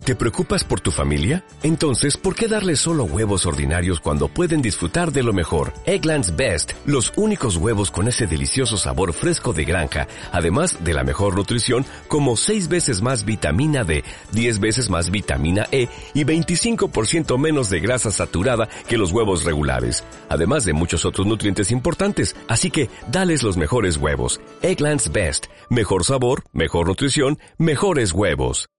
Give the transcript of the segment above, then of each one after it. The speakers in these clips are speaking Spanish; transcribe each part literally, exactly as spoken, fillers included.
¿Te preocupas por tu familia? Entonces, ¿por qué darles solo huevos ordinarios cuando pueden disfrutar de lo mejor? Eggland's Best, los únicos huevos con ese delicioso sabor fresco de granja, además de la mejor nutrición, como seis veces más vitamina D, diez veces más vitamina E y veinticinco por ciento menos de grasa saturada que los huevos regulares, además de muchos otros nutrientes importantes. Así que, dales los mejores huevos. Eggland's Best, mejor sabor, mejor nutrición, mejores huevos.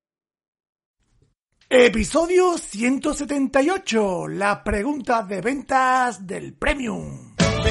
Episodio ciento setenta y ocho, la pregunta de ventas del Premium.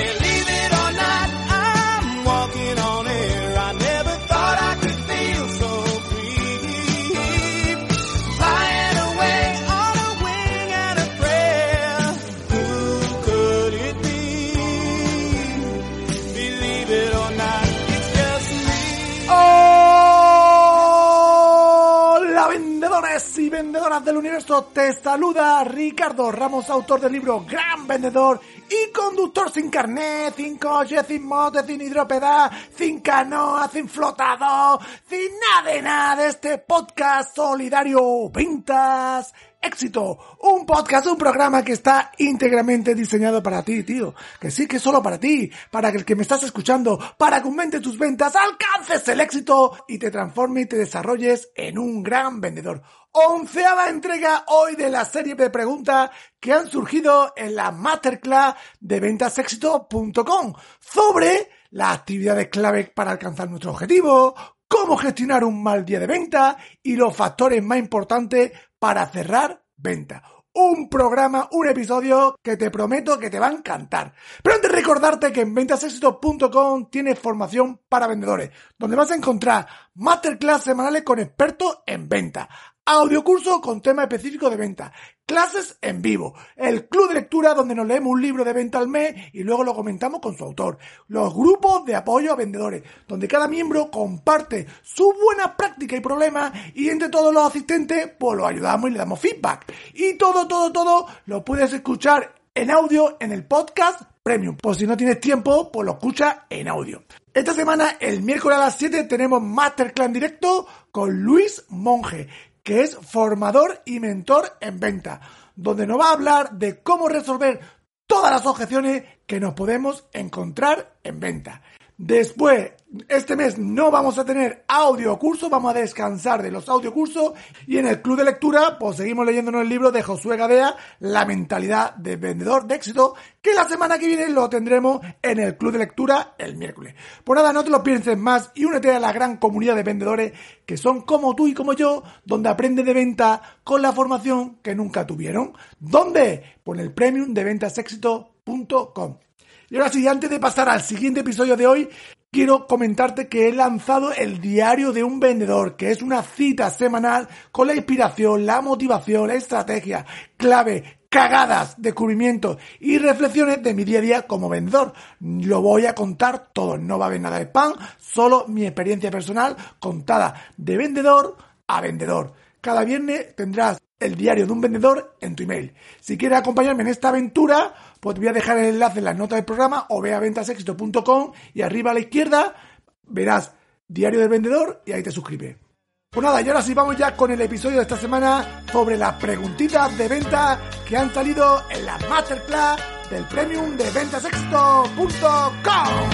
Y vendedoras del universo, te saluda Ricardo Ramos, autor del libro Gran Vendedor y conductor sin carnet, sin coche, sin moto, sin hidropedal, sin canoa, sin flotador, sin nada de nada de este podcast solidario Ventas Éxito. Un podcast, un programa que está íntegramente diseñado para ti, tío. Que sí, que es solo para ti, para que el que me estás escuchando, para que aumentes tus ventas, alcances el éxito y te transformes y te desarrolles en un gran vendedor. Onceava entrega hoy de la serie de preguntas que han surgido en la Masterclass de ventas éxito punto com sobre las actividades clave para alcanzar nuestro objetivo, cómo gestionar un mal día de venta y los factores más importantes para cerrar venta. Un programa, un episodio que te prometo que te va a encantar. Pero antes de recordarte que en ventas éxito punto com tienes formación para vendedores, donde vas a encontrar masterclass semanales con expertos en venta, audiocurso con tema específico de venta, clases en vivo, el club de lectura donde nos leemos un libro de venta al mes y luego lo comentamos con su autor, los grupos de apoyo a vendedores, donde cada miembro comparte su buena práctica y problemas y entre todos los asistentes pues los ayudamos y le damos feedback. Y todo, todo, todo lo puedes escuchar en audio en el podcast Premium. Pues si no tienes tiempo, pues lo escuchas en audio. Esta semana, el miércoles a las siete, tenemos Masterclass en directo con Luis Monge, que es formador y mentor en venta, donde nos va a hablar de cómo resolver todas las objeciones que nos podemos encontrar en venta. Después, este mes no vamos a tener audiocurso, vamos a descansar de los audiocursos y en el club de lectura pues seguimos leyéndonos el libro de Josué Gadea, La mentalidad de vendedor de éxito, que la semana que viene lo tendremos en el club de lectura el miércoles. Pues nada, no te lo pienses más y únete a la gran comunidad de vendedores que son como tú y como yo, donde aprendes de venta con la formación que nunca tuvieron. ¿Dónde? Pues en el Premium de ventas éxito punto com. Y ahora sí, antes de pasar al siguiente episodio de hoy, quiero comentarte que he lanzado el diario de un vendedor, que es una cita semanal con la inspiración, la motivación, la estrategia, clave, cagadas, descubrimientos y reflexiones de mi día a día como vendedor. Lo voy a contar todo, no va a haber nada de spam, solo mi experiencia personal contada de vendedor a vendedor. Cada viernes tendrás el diario de un vendedor en tu email. Si quieres acompañarme en esta aventura, pues te voy a dejar el enlace en las notas del programa o ve a ventas éxito punto com y arriba a la izquierda verás diario del vendedor y ahí te suscribes. Pues nada, y ahora sí vamos ya con el episodio de esta semana sobre las preguntitas de venta que han salido en la Masterclass del Premium de ventas éxito punto com.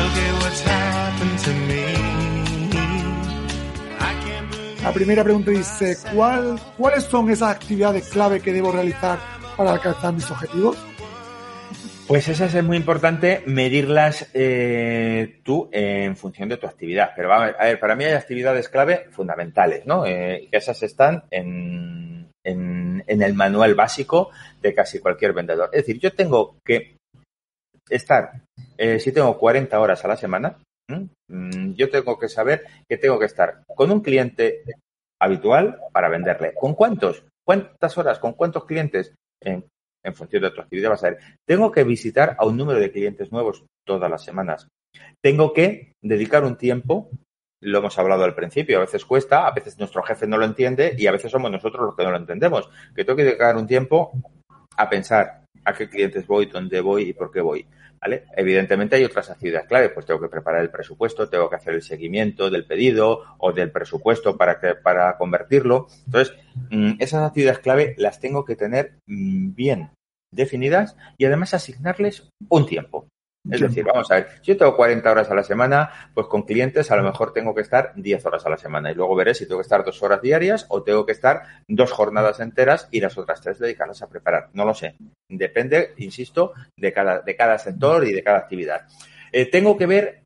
La primera pregunta dice, ¿cuál, ¿cuáles son esas actividades clave que debo realizar para alcanzar mis objetivos? Pues esas es muy importante medirlas eh, tú eh, en función de tu actividad. Pero vamos, a ver, para mí hay actividades clave fundamentales, ¿no? Eh, que esas están en, en, en el manual básico de casi cualquier vendedor. Es decir, yo tengo que estar, eh, si tengo cuarenta horas a la semana, ¿m? yo tengo que saber que tengo que estar con un cliente habitual para venderle. ¿Con cuántos? ¿Cuántas horas? ¿Con cuántos clientes? Eh, en función de tu actividad vas a ver. Tengo que visitar a un número de clientes nuevos todas las semanas. Tengo que dedicar un tiempo, lo hemos hablado al principio, a veces cuesta, a veces nuestro jefe no lo entiende y a veces somos nosotros los que no lo entendemos. Que tengo que dedicar un tiempo a pensar a qué clientes voy, dónde voy y por qué voy. ¿vale? Evidentemente hay otras actividades clave, pues tengo que preparar el presupuesto, tengo que hacer el seguimiento del pedido o del presupuesto para que, para convertirlo. Entonces, esas actividades clave las tengo que tener bien definidas y además asignarles un tiempo. Es decir, vamos a ver, si yo tengo cuarenta horas a la semana, pues con clientes a lo mejor tengo que estar diez horas a la semana y luego veré si tengo que estar dos horas diarias o tengo que estar dos jornadas enteras y las otras tres dedicarlas a preparar. No lo sé. Depende, insisto, de cada, de cada sector y de cada actividad. Eh, tengo que ver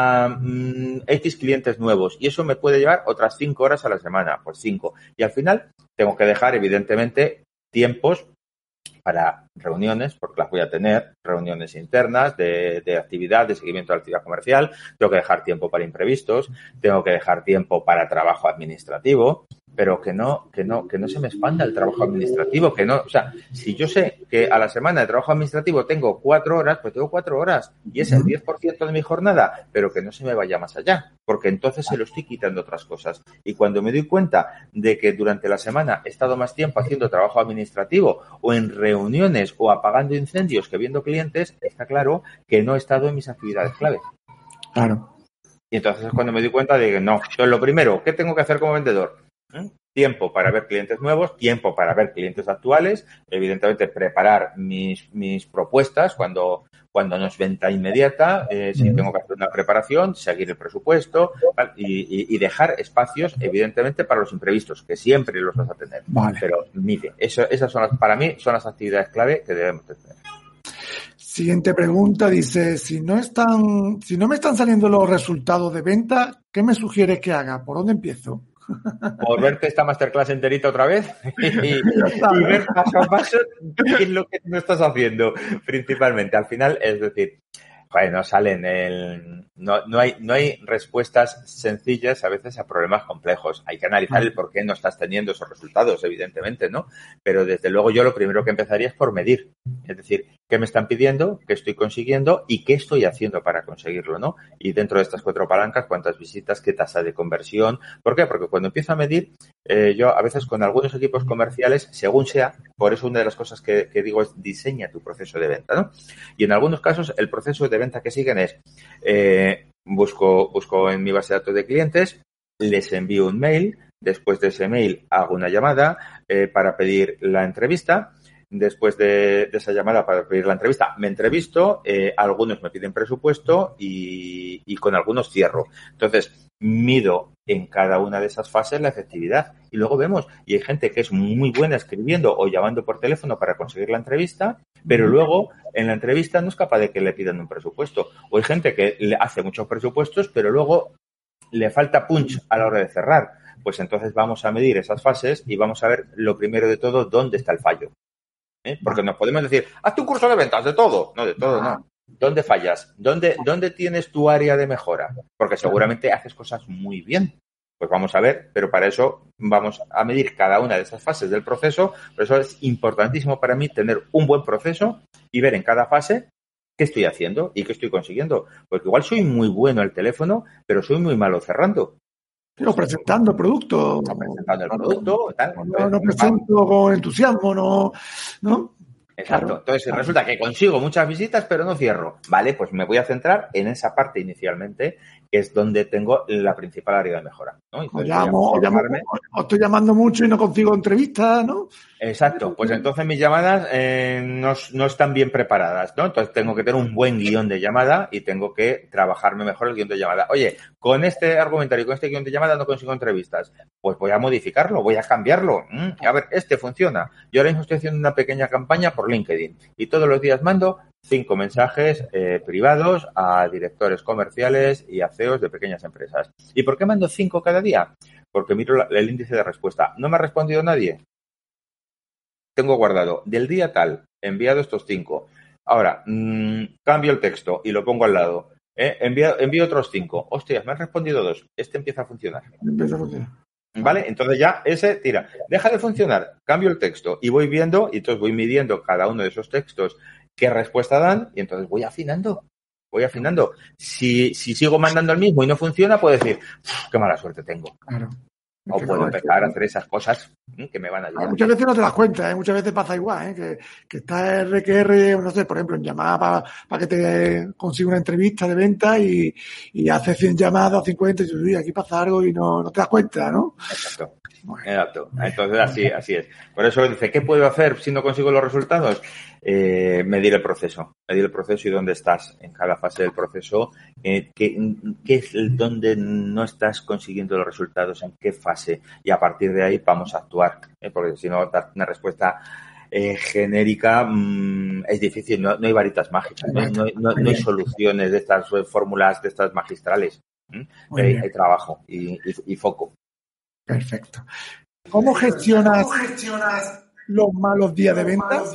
a mm, X clientes nuevos y eso me puede llevar otras cinco horas a la semana, pues cinco. Y al final tengo que dejar, evidentemente, tiempos para reuniones, porque las voy a tener, reuniones internas de, de actividad, de seguimiento de la actividad comercial, tengo que dejar tiempo para imprevistos, tengo que dejar tiempo para trabajo administrativo, pero que no, que no, que no se me expanda el trabajo administrativo, que no, o sea, si yo sé que a la semana de trabajo administrativo tengo cuatro horas, pues tengo cuatro horas y es el diez por ciento de mi jornada, pero que no se me vaya más allá, porque entonces se lo estoy quitando otras cosas. Y cuando me doy cuenta de que durante la semana he estado más tiempo haciendo trabajo administrativo o en reuniones o apagando incendios que viendo clientes, está claro que no he estado en mis actividades clave. Claro. Y entonces es cuando me doy cuenta de que no. Entonces, lo primero, ¿qué tengo que hacer como vendedor? ¿Eh? Tiempo para ver clientes nuevos, tiempo para ver clientes actuales, evidentemente preparar mis, mis propuestas cuando, cuando no es venta inmediata, eh, si tengo que hacer una preparación, seguir el presupuesto y, y, y dejar espacios, evidentemente, para los imprevistos, que siempre los vas a tener. Vale. Pero mire, eso, esas son las, para mí son las actividades clave que debemos tener. Siguiente pregunta, dice, si no están, si no me están saliendo los resultados de venta, ¿qué me sugieres que haga? ¿Por dónde empiezo? Por verte esta masterclass enterita otra vez y, y ver paso a paso qué es lo que no estás haciendo principalmente. Al final, es decir, bueno, salen el, no, no hay, no hay respuestas sencillas a veces a problemas complejos. Hay que analizar el por qué no estás teniendo esos resultados, evidentemente, ¿no? Pero desde luego yo lo primero que empezaría es por medir. Es decir, qué me están pidiendo, qué estoy consiguiendo y qué estoy haciendo para conseguirlo, ¿no? Y dentro de estas cuatro palancas, cuántas visitas, qué tasa de conversión. ¿Por qué? Porque cuando empiezo a medir, eh, yo a veces con algunos equipos comerciales, según sea, por eso una de las cosas que, que digo es diseña tu proceso de venta, ¿no? Y en algunos casos el proceso de venta que siguen es eh, busco, busco en mi base de datos de clientes, les envío un mail, después de ese mail hago una llamada eh, para pedir la entrevista. Después de, de esa llamada para pedir la entrevista, me entrevisto, eh, algunos me piden presupuesto y, y con algunos cierro. Entonces, mido en cada una de esas fases la efectividad y luego vemos, y hay gente que es muy buena escribiendo o llamando por teléfono para conseguir la entrevista, pero luego en la entrevista no es capaz de que le pidan un presupuesto. O hay gente que le hace muchos presupuestos, pero luego le falta punch a la hora de cerrar. Pues entonces vamos a medir esas fases y vamos a ver lo primero de todo, dónde está el fallo. ¿Eh? Porque nos podemos decir, hazte un curso de ventas, de todo. No, de todo no. ¿Dónde fallas? ¿Dónde, dónde tienes tu área de mejora? Porque seguramente haces cosas muy bien. Pues vamos a ver, pero para eso vamos a medir cada una de esas fases del proceso. Por eso es importantísimo para mí tener un buen proceso y ver en cada fase qué estoy haciendo y qué estoy consiguiendo. Porque igual soy muy bueno al teléfono, pero soy muy malo cerrando. Pero presentando el producto. No, presentando el producto, tal. No, no presento con entusiasmo, no, ¿no? Exacto. Claro. Entonces resulta que consigo muchas visitas, pero no cierro. Vale, pues me voy a centrar en esa parte inicialmente, que es donde tengo la principal área de mejora, ¿no? O llamo, o llamo, o estoy llamando mucho y no consigo entrevistas, ¿no? Exacto. Pues entonces mis llamadas eh, no, no están bien preparadas, ¿no? Entonces tengo que tener un buen guión de llamada y tengo que trabajarme mejor el guión de llamada. Oye, con este argumentario, con este guión de llamada no consigo entrevistas. Pues voy a modificarlo, voy a cambiarlo. Mm, a ver, este funciona. Yo ahora mismo estoy haciendo una pequeña campaña por LinkedIn y todos los días mando cinco mensajes eh, privados a directores comerciales y a C E Os de pequeñas empresas. ¿Y por qué mando cinco cada día? Porque miro la, el índice de respuesta. ¿No me ha respondido nadie? Tengo guardado del día tal, enviado estos cinco. Ahora, mmm, cambio el texto y lo pongo al lado. ¿Eh? Envío, envío otros cinco. Hostias, me han respondido dos. Este empieza a funcionar. Empieza a funcionar. ¿Vale? Entonces ya ese tira. Deja de funcionar. Cambio el texto y voy viendo y entonces voy midiendo cada uno de esos textos qué respuesta dan y entonces voy afinando. Voy afinando. Si, si sigo mandando el mismo y no funciona, puedo decir, qué mala suerte tengo. Claro. O puedo empezar a hacer esas cosas que me van a ayudar. Muchas veces no te das cuenta, ¿eh? Muchas veces pasa igual, ¿eh? Que, que estás R que R, no sé, por ejemplo, en llamada para, para que te consiga una entrevista de venta y, y haces cien llamadas, cincuenta, y uy, aquí pasa algo y no, no te das cuenta, ¿no? Exacto. Exacto. Entonces, así, así es. Por eso dice, ¿qué puedo hacer si no consigo los resultados? Eh, medir el proceso. Medir el proceso y dónde estás en cada fase del proceso. Eh, qué, qué es el dónde no estás consiguiendo los resultados, en qué fase. Y a partir de ahí vamos a actuar. ¿eh? Porque si no, dar una respuesta eh, genérica mmm, es difícil. No, no hay varitas mágicas. No, no, no, no hay soluciones de estas fórmulas, de estas magistrales. ¿eh? Hay, hay trabajo y, y, y foco. Perfecto. ¿Cómo gestionas, ¿Cómo gestionas los malos días de ventas?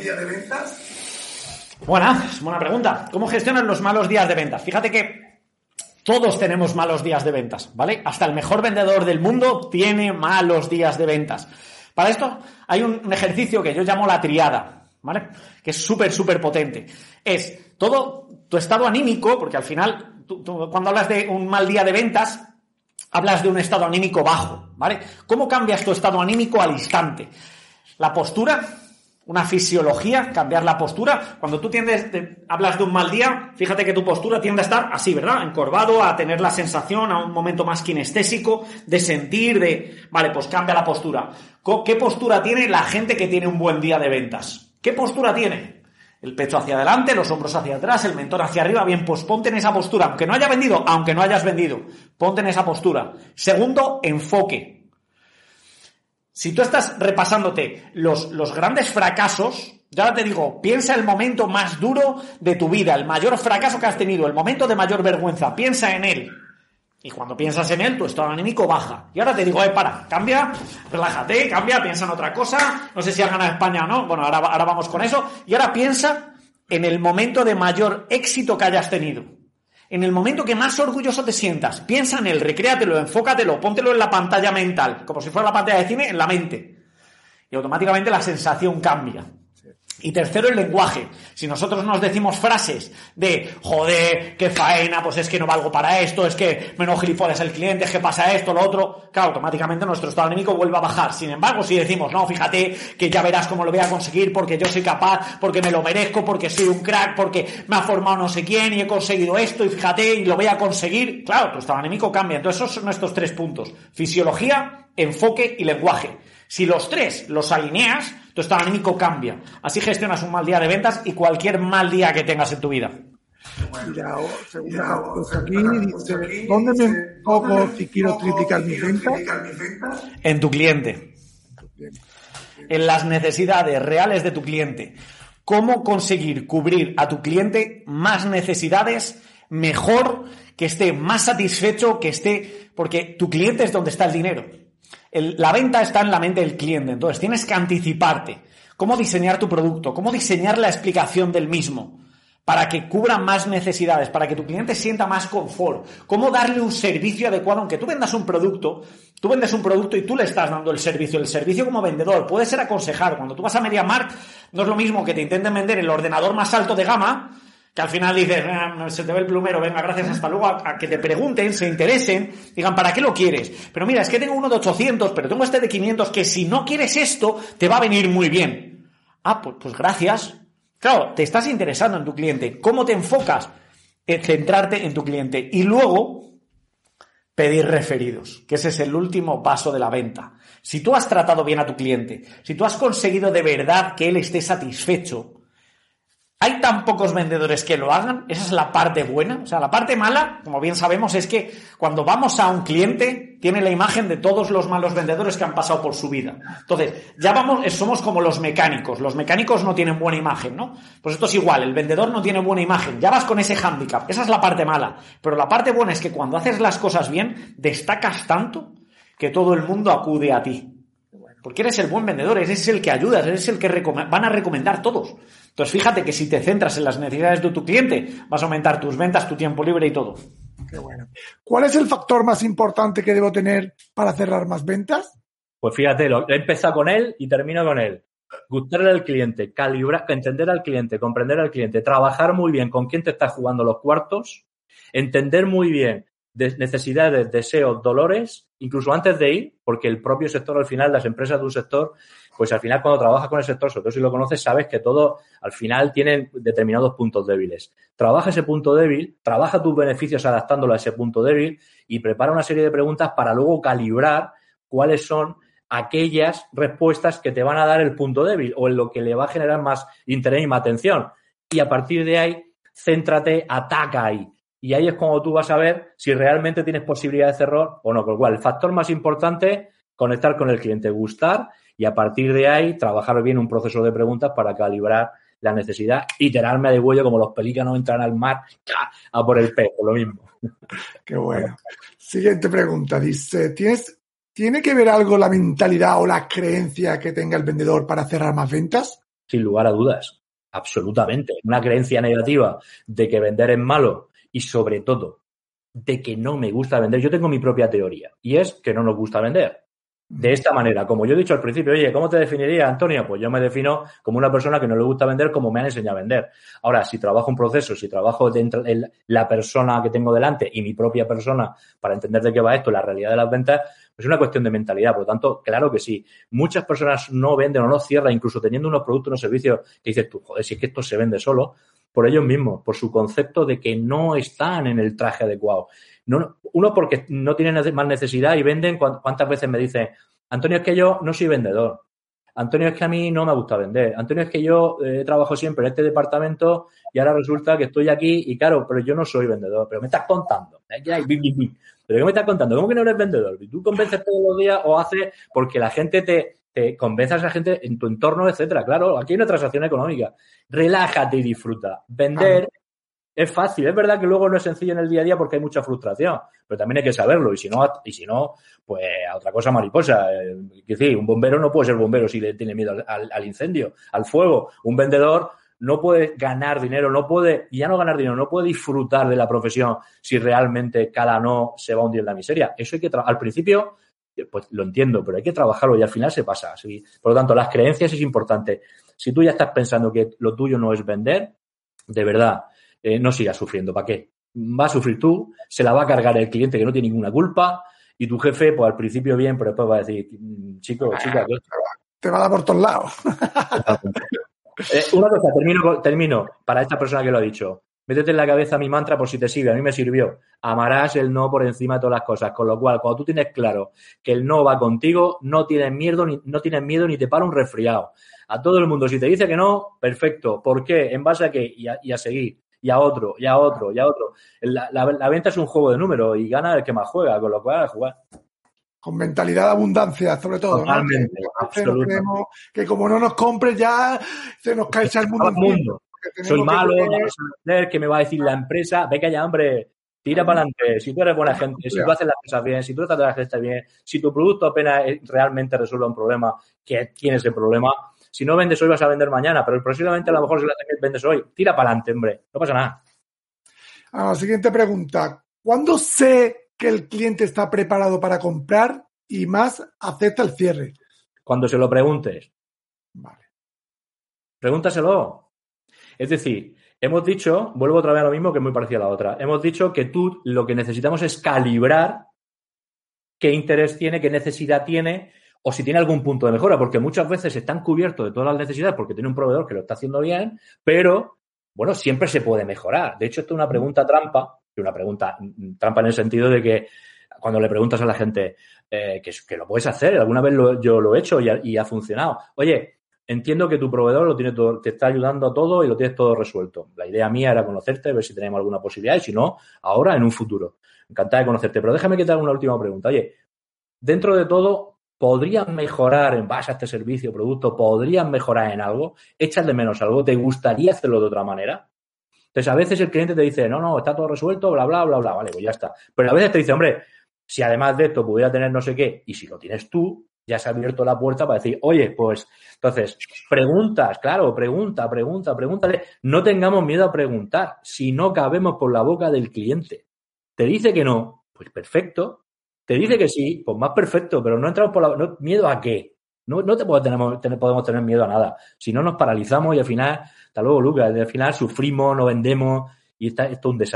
Buena, buena pregunta. ¿Cómo gestionas los malos días de ventas? Fíjate que todos tenemos malos días de ventas, ¿vale? Hasta el mejor vendedor del mundo tiene malos días de ventas. Para esto hay un, un ejercicio que yo llamo la triada, ¿vale? Que es súper, súper potente. Es todo tu estado anímico, porque al final, tú, tú, cuando hablas de un mal día de ventas, hablas de un estado anímico bajo, ¿vale? ¿Cómo cambias tu estado anímico al instante? La postura, una fisiología, cambiar la postura. Cuando tú tiendes, de, hablas de un mal día, fíjate que tu postura tiende a estar así, ¿verdad? Encorvado, a tener la sensación, a un momento más kinestésico, de sentir, de... Vale, pues cambia la postura. ¿Qué postura tiene la gente que tiene un buen día de ventas? ¿Qué postura tiene? El pecho hacia adelante, los hombros hacia atrás, el mentón hacia arriba. Bien, pues ponte en esa postura. Aunque no haya vendido, aunque no hayas vendido, ponte en esa postura. Segundo, enfoque. Si tú estás repasándote los, los grandes fracasos, ya ahora te digo, piensa el momento más duro de tu vida, el mayor fracaso que has tenido, el momento de mayor vergüenza. Piensa en él. Y cuando piensas en él, tu estado anímico baja. Y ahora te digo, eh, para, cambia, relájate, cambia, piensa en otra cosa. No sé si has ganado España o no. Bueno, ahora, ahora vamos con eso. Y ahora piensa en el momento de mayor éxito que hayas tenido. En el momento que más orgulloso te sientas. Piensa en él, recréatelo, enfócatelo, póntelo en la pantalla mental. Como si fuera la pantalla de cine, en la mente. Y automáticamente la sensación cambia. Y tercero, el lenguaje. Si nosotros nos decimos frases de joder, qué faena, pues es que no valgo para esto, es que menos gilipollas el cliente, es que pasa esto, lo otro, claro, automáticamente nuestro estado anímico vuelve a bajar. Sin embargo, si decimos, no, fíjate que ya verás cómo lo voy a conseguir porque yo soy capaz, porque me lo merezco, porque soy un crack, porque me ha formado no sé quién y he conseguido esto y fíjate y lo voy a conseguir, claro, tu estado anímico cambia. Entonces esos son nuestros tres puntos: fisiología, enfoque y lenguaje. Si los tres los alineas, tu estado anímico cambia. Así gestionas un mal día de ventas y cualquier mal día que tengas en tu vida. Mira, segunda, pues aquí dice, ¿dónde me enfoco si quiero triplicar mis ventas? En tu cliente. En las necesidades reales de tu cliente. ¿Cómo conseguir cubrir a tu cliente más necesidades, mejor, que esté más satisfecho, que esté... Porque tu cliente es donde está el dinero. El, la venta está en la mente del cliente, entonces tienes que anticiparte. Cómo diseñar tu producto, cómo diseñar la explicación del mismo para que cubra más necesidades, para que tu cliente sienta más confort. Cómo darle un servicio adecuado, aunque tú vendas un producto, tú vendes un producto y tú le estás dando el servicio. El servicio como vendedor puede ser aconsejar. Cuando tú vas a MediaMarkt, no es lo mismo que te intenten vender el ordenador más alto de gama, que al final dices, ah, se te ve el plumero, venga, gracias, hasta luego, a, a que te pregunten, se interesen, digan, ¿para qué lo quieres? Pero mira, es que tengo uno de ochocientos, pero tengo este de quinientos, que si no quieres esto, te va a venir muy bien. Ah, pues, pues gracias. Claro, te estás interesando en tu cliente. ¿Cómo te enfocas? En centrarte en tu cliente. Y luego, pedir referidos, que ese es el último paso de la venta. Si tú has tratado bien a tu cliente, si tú has conseguido de verdad que él esté satisfecho, hay tan pocos vendedores que lo hagan, esa es la parte buena. O sea, la parte mala, como bien sabemos, es que cuando vamos a un cliente, tiene la imagen de todos los malos vendedores que han pasado por su vida. Entonces, ya vamos, somos como los mecánicos. Los mecánicos no tienen buena imagen, ¿no? Pues esto es igual, el vendedor no tiene buena imagen. Ya vas con ese hándicap. Esa es la parte mala. Pero la parte buena es que cuando haces las cosas bien, destacas tanto que todo el mundo acude a ti. Porque eres el buen vendedor, eres el que ayudas, eres el que recom- van a recomendar todos. Entonces, fíjate que si te centras en las necesidades de tu cliente, vas a aumentar tus ventas, tu tiempo libre y todo. Qué bueno. ¿Cuál es el factor más importante que debo tener para cerrar más ventas? Pues fíjate, lo, he empezado con él y termino con él. Gustarle al cliente, calibrar, entender al cliente, comprender al cliente, trabajar muy bien con quién te estás jugando los cuartos, entender muy bien de necesidades, deseos, dolores, incluso antes de ir, porque el propio sector, al final, las empresas de un sector, pues al final cuando trabajas con el sector, sobre todo si lo conoces, sabes que todo al final tienen determinados puntos débiles. Trabaja ese punto débil, trabaja tus beneficios adaptándolo a ese punto débil y prepara una serie de preguntas para luego calibrar cuáles son aquellas respuestas que te van a dar el punto débil o en lo que le va a generar más interés y más atención. Y a partir de ahí, céntrate, ataca ahí. Y ahí es cuando tú vas a ver si realmente tienes posibilidades de error o no. Con lo cual, el factor más importante, conectar con el cliente, gustar y a partir de ahí trabajar bien un proceso de preguntas para calibrar la necesidad y tirarme de huello como los pelícanos entran al mar a por el pez, por lo mismo. Qué bueno. Siguiente pregunta. Dice, ¿tienes, ¿tiene que ver algo la mentalidad o la creencia que tenga el vendedor para cerrar más ventas? Sin lugar a dudas. Absolutamente. Una creencia negativa de que vender es malo y sobre todo de que no me gusta vender. Yo tengo mi propia teoría y es que no nos gusta vender. De esta manera, como yo he dicho al principio, oye, ¿cómo te definiría, Antonio? Pues yo me defino como una persona que no le gusta vender como me han enseñado a vender. Ahora, si trabajo un proceso, si trabajo dentro de la persona que tengo delante y mi propia persona para entender de qué va esto, la realidad de las ventas, pues es una cuestión de mentalidad. Por lo tanto, claro que sí. Muchas personas no venden o no cierran, incluso teniendo unos productos, unos servicios que dices tú, joder, si es que esto se vende solo, por ellos mismos, por su concepto de que no están en el traje adecuado. No, uno porque no tienen más necesidad y venden. ¿Cuántas veces me dicen, Antonio, es que yo no soy vendedor? Antonio, es que a mí no me gusta vender. Antonio, es que yo eh, trabajo siempre en este departamento y ahora resulta que estoy aquí y claro, pero yo no soy vendedor. Pero me estás contando. ¿Pero qué me estás contando? ¿Cómo que no eres vendedor? ¿Tú convences todos los días o haces porque la gente te, te convence a esa gente en tu entorno, etcétera? Claro, aquí hay una transacción económica. Relájate y disfruta. Vender es fácil. Es verdad que luego no es sencillo en el día a día porque hay mucha frustración, pero también hay que saberlo y si no, y si no pues a otra cosa mariposa. Eh, es decir, un bombero no puede ser bombero si le tiene miedo al, al, al incendio, al fuego. Un vendedor no puede ganar dinero, no puede, y ya no ganar dinero, no puede disfrutar de la profesión si realmente cada no se va a hundir en la miseria. Eso hay que tra- al principio, pues lo entiendo, pero hay que trabajarlo y al final se pasa. ¿Sí? Por lo tanto, las creencias es importante. Si tú ya estás pensando que lo tuyo no es vender, de verdad, eh, no sigas sufriendo. ¿Para qué? Va a sufrir tú, se la va a cargar el cliente que no tiene ninguna culpa y tu jefe, pues al principio bien, pero después va a decir, chico, chica, ¿qué? Te va a dar por todos lados. Eh, una cosa, termino, termino para esta persona que lo ha dicho. Métete en la cabeza mi mantra por si te sirve. A mí me sirvió. Amarás el no por encima de todas las cosas. Con lo cual, cuando tú tienes claro que el no va contigo, no tienes miedo ni, no tienes miedo ni te para un resfriado. A todo el mundo, si te dice que no, perfecto. ¿Por qué? ¿En base a qué? Y a, y a seguir. Y a otro, y a otro, y a otro. La, la, la venta es un juego de números y gana el que más juega. Con lo cual, a jugar. Con mentalidad de abundancia, sobre todo. Totalmente, ¿no? Que, nos creemos que como no nos compres ya se nos cae el mundo. El mundo. Soy malo, que... no sé vender, ¿qué me va a decir la empresa? Venga ya, hombre, tira para adelante. Si tú eres buena gente, si tú haces las cosas bien, si tú tratas de la gente bien, si tu producto apenas realmente resuelve un problema, que tienes el problema. Si no vendes hoy, vas a vender mañana, pero próximamente a lo mejor si lo vendes hoy, tira para adelante, hombre, no pasa nada. Ah, siguiente pregunta. ¿Cuándo sé que el cliente está preparado para comprar y más acepta el cierre? Cuando se lo preguntes. Vale. Pregúntaselo. Es decir, hemos dicho, vuelvo otra vez a lo mismo que es muy parecido a la otra, hemos dicho que tú lo que necesitamos es calibrar qué interés tiene, qué necesidad tiene o si tiene algún punto de mejora, porque muchas veces están cubiertos de todas las necesidades porque tiene un proveedor que lo está haciendo bien, pero, bueno, siempre se puede mejorar. De hecho, esto es una pregunta trampa, una pregunta trampa en el sentido de que cuando le preguntas a la gente eh, que, que lo puedes hacer, alguna vez lo, yo lo he hecho y ha, y ha funcionado. Oye, entiendo que tu proveedor lo tiene todo, te está ayudando a todo y lo tienes todo resuelto. La idea mía era conocerte, ver si tenemos alguna posibilidad y si no, ahora en un futuro. Encantada de conocerte. Pero déjame que te haga una última pregunta. Oye, dentro de todo, ¿podrías mejorar en base a este servicio o producto? ¿Podrías mejorar en algo? ¿Echas de menos algo? ¿Te gustaría hacerlo de otra manera? Entonces, a veces el cliente te dice, no, no, está todo resuelto, bla, bla, bla, bla. Vale, pues ya está. Pero a veces te dice, hombre, si además de esto pudiera tener no sé qué, y si lo tienes tú, ya se ha abierto la puerta para decir, oye, pues, entonces, preguntas, claro, pregunta, pregunta, pregúntale. No tengamos miedo a preguntar si no cabemos por la boca del cliente. Te dice que no, pues perfecto. Te dice que sí, pues más perfecto, pero no entramos por la... No, ¿miedo a qué? No, no te podemos tener, podemos tener miedo a nada. Si no, nos paralizamos y al final, hasta luego, Lucas, al final sufrimos, no vendemos y está, esto es un desastre.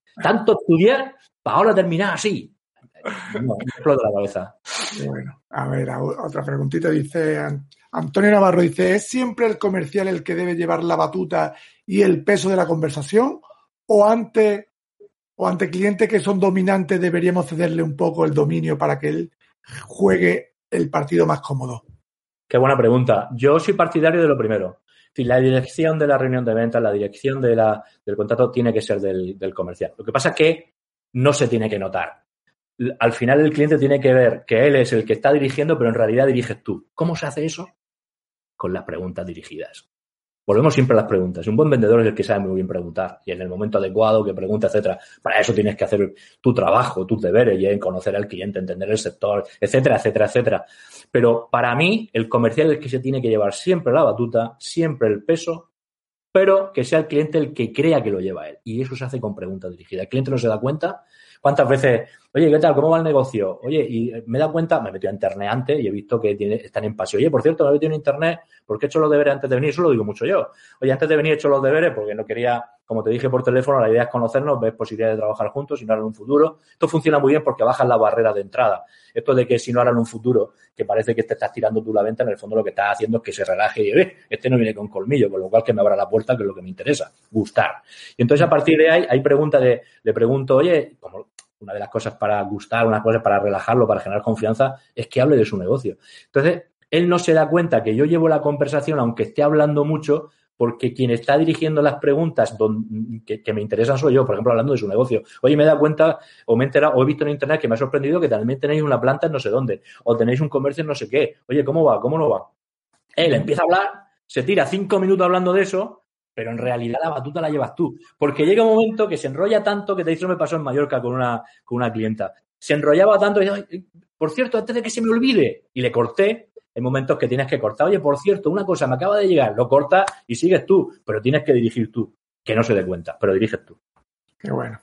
Tanto estudiar para ahora terminar así. No, me explota la cabeza. Bueno, a ver, a, otra preguntita. Dice Antonio Navarro, dice, ¿es siempre el comercial el que debe llevar la batuta y el peso de la conversación? ¿O ante, o ante clientes que son dominantes deberíamos cederle un poco el dominio para que él juegue el partido más cómodo? Qué buena pregunta. Yo soy partidario de lo primero. Si la dirección de la reunión de ventas, la dirección de la, del contrato tiene que ser del, del comercial. Lo que pasa es que no se tiene que notar. Al final el cliente tiene que ver que él es el que está dirigiendo, pero en realidad diriges tú. ¿Cómo se hace eso? Con las preguntas dirigidas. Volvemos siempre a las preguntas. Un buen vendedor es el que sabe muy bien preguntar y en el momento adecuado que pregunta, etcétera. Para eso tienes que hacer tu trabajo, tus deberes y en conocer al cliente, entender el sector, etcétera, etcétera, etcétera. Pero para mí el comercial es el que se tiene que llevar siempre la batuta, siempre el peso, pero que sea el cliente el que crea que lo lleva él. Y eso se hace con preguntas dirigidas. El cliente no se da cuenta. ¿Cuántas veces? Oye, ¿qué tal? ¿Cómo va el negocio? Oye, y me he dado cuenta, me he metido a internet antes y he visto que tiene, están en paseo. Oye, por cierto, me he metido en internet porque he hecho los deberes antes de venir. Eso lo digo mucho yo. Oye, antes de venir he hecho los deberes porque no quería, como te dije por teléfono, la idea es conocernos, ver posibilidades de trabajar juntos y no ahora en un futuro. Esto funciona muy bien porque bajas la barrera de entrada. Esto de que si no ahora en un futuro, que parece que te estás tirando tú la venta, en el fondo lo que estás haciendo es que se relaje y ve, este no viene con colmillo, con lo cual que me abra la puerta, que es lo que me interesa, gustar. Y entonces a partir de ahí hay preguntas de, le pregunto, oye, como una de las cosas para gustar, una cosa para relajarlo, para generar confianza, es que hable de su negocio. Entonces, él no se da cuenta que yo llevo la conversación, aunque esté hablando mucho, porque quien está dirigiendo las preguntas don, que, que me interesan soy yo, por ejemplo, hablando de su negocio. Oye, me he dado cuenta, o me he enterado, o he visto en internet que me ha sorprendido que también tenéis una planta en no sé dónde, o tenéis un comercio en no sé qué. Oye, ¿cómo va? ¿Cómo no va? Él empieza a hablar, se tira cinco minutos hablando de eso, pero en realidad la batuta la llevas tú. Porque llega un momento que se enrolla tanto, que te dice, me pasó en Mallorca con una, con una clienta. Se enrollaba tanto y dice, por cierto, antes de que se me olvide, y le corté. Hay momentos que tienes que cortar. Oye, por cierto, una cosa me acaba de llegar, lo cortas y sigues tú, pero tienes que dirigir tú. Que no se dé cuenta, pero diriges tú. Qué bueno.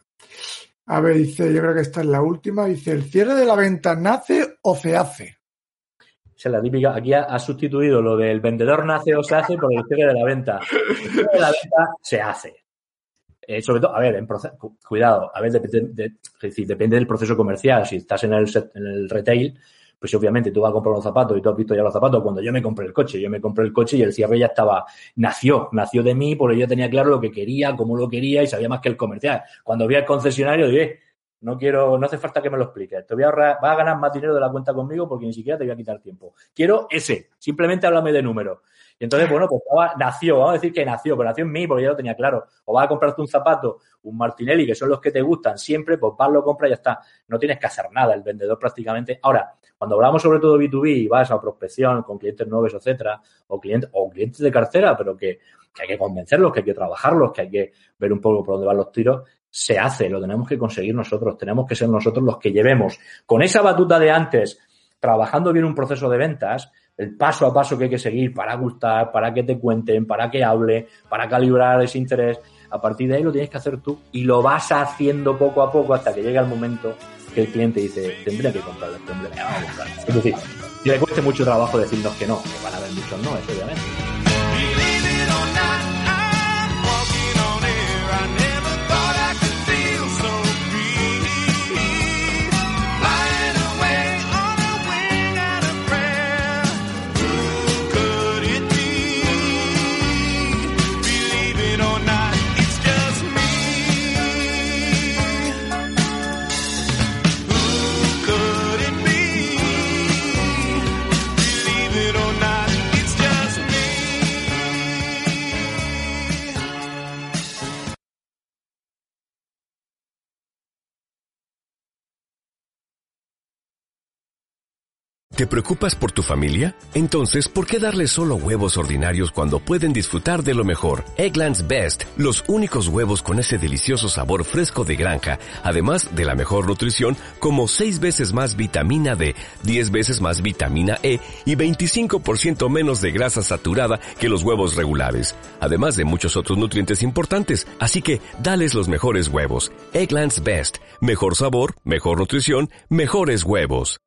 A ver, dice, yo creo que esta es la última. Dice, ¿el cierre de la venta nace o se hace? Esa es la típica. Aquí ha, ha sustituido lo del vendedor nace o se hace por el cierre de la venta. El cierre de la venta se hace. Eh, sobre todo, a ver, en proce- cuidado, a ver, depende, de, es decir, depende del proceso comercial. Si estás en el, set, en el retail, pues obviamente tú vas a comprar unos zapatos y tú has visto ya los zapatos. Cuando yo me compré el coche, yo me compré el coche y el cierre ya estaba, nació, nació de mí porque yo tenía claro lo que quería, cómo lo quería y sabía más que el comercial. Cuando vi al concesionario dije, no quiero, no hace falta que me lo expliques. Te voy a ahorrar, vas a ganar más dinero de la cuenta conmigo porque ni siquiera te voy a quitar tiempo. Quiero ese, simplemente háblame de números. Y entonces, bueno, pues estaba, nació, vamos a decir que nació, pero nació en mí porque ya lo tenía claro. O vas a comprarte un zapato, un Martinelli, que son los que te gustan siempre, pues vas, lo compras y ya está. No tienes que hacer nada, el vendedor prácticamente. Ahora, cuando hablamos sobre todo B dos B y vas a prospección con clientes nuevos, etcétera, o clientes, o clientes de cartera, pero que, que hay que convencerlos, que hay que trabajarlos, que hay que ver un poco por dónde van los tiros, se hace, lo tenemos que conseguir nosotros, tenemos que ser nosotros los que llevemos con esa batuta de antes, trabajando bien un proceso de ventas, el paso a paso que hay que seguir para gustar, para que te cuenten, para que hable, para calibrar ese interés. A partir de ahí lo tienes que hacer tú y lo vas haciendo poco a poco hasta que llega el momento que el cliente dice, tendría que comprarlo, tendría que comprarlo. Es decir, si le cueste mucho trabajo decirnos que no, que van a haber muchos no, eso obviamente. ¿Te preocupas por tu familia? Entonces, ¿por qué darles solo huevos ordinarios cuando pueden disfrutar de lo mejor? Eggland's Best, los únicos huevos con ese delicioso sabor fresco de granja, además de la mejor nutrición, como seis veces más vitamina D, diez veces más vitamina E y veinticinco por ciento menos de grasa saturada que los huevos regulares, además de muchos otros nutrientes importantes. Así que, dales los mejores huevos. Eggland's Best, mejor sabor, mejor nutrición, mejores huevos.